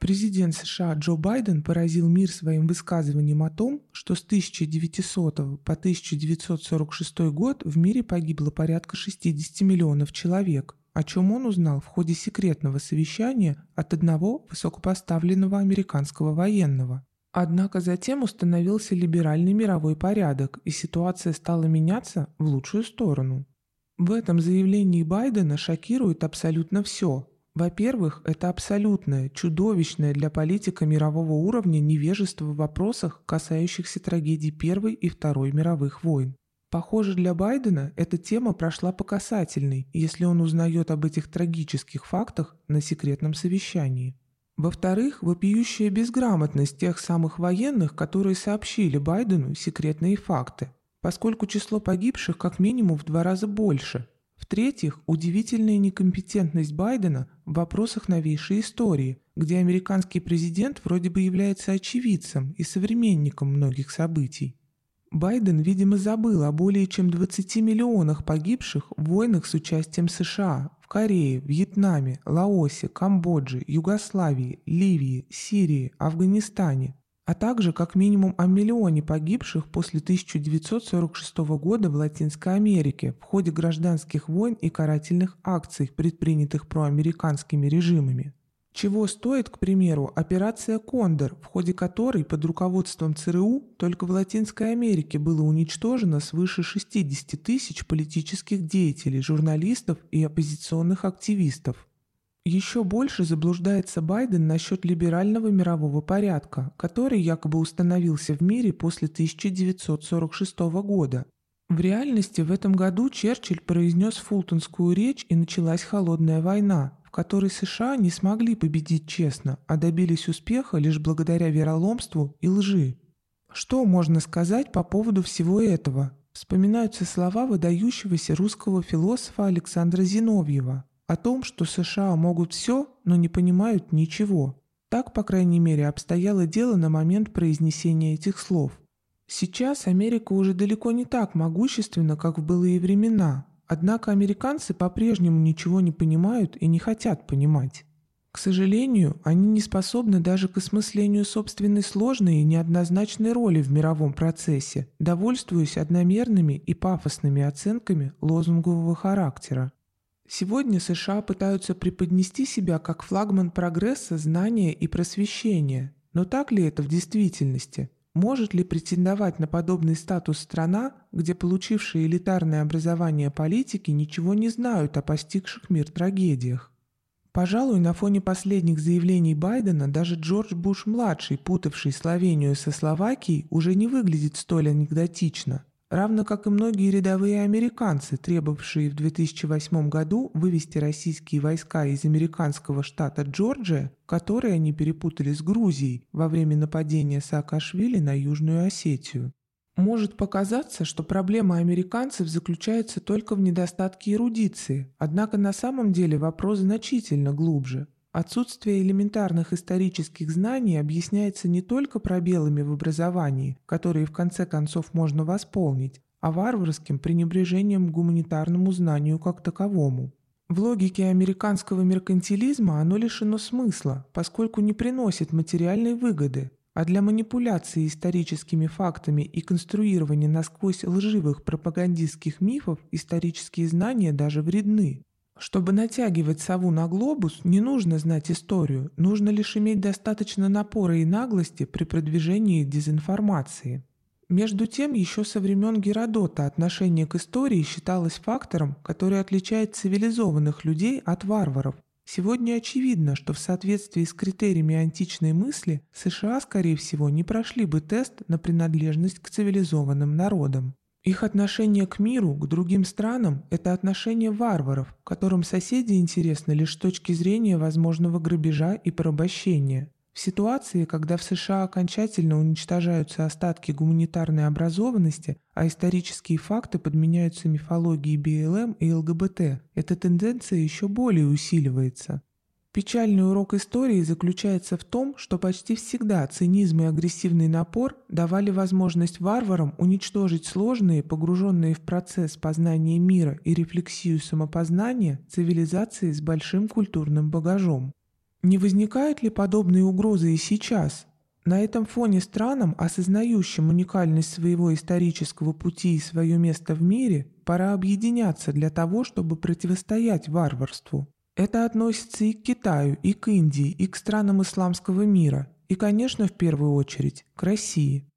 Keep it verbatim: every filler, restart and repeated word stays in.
Президент США Джо Байден поразил мир своим высказыванием о том, что с тысяча девятисотого по тысяча девятьсот сорок шестой год в мире погибло порядка шестьдесят миллионов человек, о чем он узнал в ходе секретного совещания от одного высокопоставленного американского военного. Однако затем установился либеральный мировой порядок, и ситуация стала меняться в лучшую сторону. В этом заявлении Байдена шокирует абсолютно все. Во-первых, это абсолютное, чудовищное для политика мирового уровня невежество в вопросах, касающихся трагедий Первой и Второй мировых войн. Похоже, для Байдена эта тема прошла по касательной, если он узнает об этих трагических фактах на секретном совещании. Во-вторых, вопиющая безграмотность тех самых военных, которые сообщили Байдену секретные факты, поскольку число погибших как минимум в два раза больше. В-третьих, удивительная некомпетентность Байдена в вопросах новейшей истории, где американский президент вроде бы является очевидцем и современником многих событий. Байден, видимо, забыл о более чем двадцати миллионах погибших в войнах с участием США в Корее, Вьетнаме, Лаосе, Камбодже, Югославии, Ливии, Сирии, Афганистане, а также как минимум о миллионе погибших после тысяча девятьсот сорок шестого года в Латинской Америке в ходе гражданских войн и карательных акций, предпринятых проамериканскими режимами. Чего стоит, к примеру, операция «Кондор», в ходе которой под руководством ЦРУ только в Латинской Америке было уничтожено свыше шестидесяти тысяч политических деятелей, журналистов и оппозиционных активистов. Еще больше заблуждается Байден насчет либерального мирового порядка, который якобы установился в мире после тысяча девятьсот сорок шестого года. В реальности в этом году Черчилль произнес фултонскую речь, и началась холодная война, в которой США не смогли победить честно, а добились успеха лишь благодаря вероломству и лжи. Что можно сказать по поводу всего этого? Вспоминаются слова выдающегося русского философа Александра Зиновьева о том, что США могут все, но не понимают ничего. Так, по крайней мере, обстояло дело на момент произнесения этих слов. Сейчас Америка уже далеко не так могущественна, как в былые времена, однако американцы по-прежнему ничего не понимают и не хотят понимать. К сожалению, они не способны даже к осмыслению собственной сложной и неоднозначной роли в мировом процессе, довольствуясь одномерными и пафосными оценками лозунгового характера. Сегодня США пытаются преподнести себя как флагман прогресса, знания и просвещения. Но так ли это в действительности? Может ли претендовать на подобный статус страна, где получившие элитарное образование политики ничего не знают о постигших мир трагедиях? Пожалуй, на фоне последних заявлений Байдена даже Джордж Буш-младший, путавший Словению со Словакией, уже не выглядит столь анекдотично. Равно как и многие рядовые американцы, требовавшие в две тысячи восьмом году вывести российские войска из американского штата Джорджия, которые они перепутали с Грузией во время нападения Саакашвили на Южную Осетию. Может показаться, что проблема американцев заключается только в недостатке эрудиции, однако на самом деле вопрос значительно глубже. Отсутствие элементарных исторических знаний объясняется не только пробелами в образовании, которые в конце концов можно восполнить, а варварским пренебрежением к гуманитарному знанию как таковому. В логике американского меркантилизма оно лишено смысла, поскольку не приносит материальной выгоды, а для манипуляции историческими фактами и конструирования насквозь лживых пропагандистских мифов исторические знания даже вредны. Чтобы натягивать сову на глобус, не нужно знать историю, нужно лишь иметь достаточно напора и наглости при продвижении дезинформации. Между тем, еще со времен Геродота отношение к истории считалось фактором, который отличает цивилизованных людей от варваров. Сегодня очевидно, что в соответствии с критериями античной мысли США, скорее всего, не прошли бы тест на принадлежность к цивилизованным народам. Их отношение к миру, к другим странам – это отношение варваров, которым соседи интересны лишь с точки зрения возможного грабежа и порабощения. В ситуации, когда в США окончательно уничтожаются остатки гуманитарной образованности, а исторические факты подменяются мифологией би эл эм и эл гэ бэ тэ, эта тенденция еще более усиливается. Печальный урок истории заключается в том, что почти всегда цинизм и агрессивный напор давали возможность варварам уничтожить сложные, погруженные в процесс познания мира и рефлексию самопознания, цивилизации с большим культурным багажом. Не возникают ли подобные угрозы и сейчас? На этом фоне странам, осознающим уникальность своего исторического пути и свое место в мире, пора объединяться для того, чтобы противостоять варварству. Это относится и к Китаю, и к Индии, и к странам исламского мира, и, конечно, в первую очередь, к России.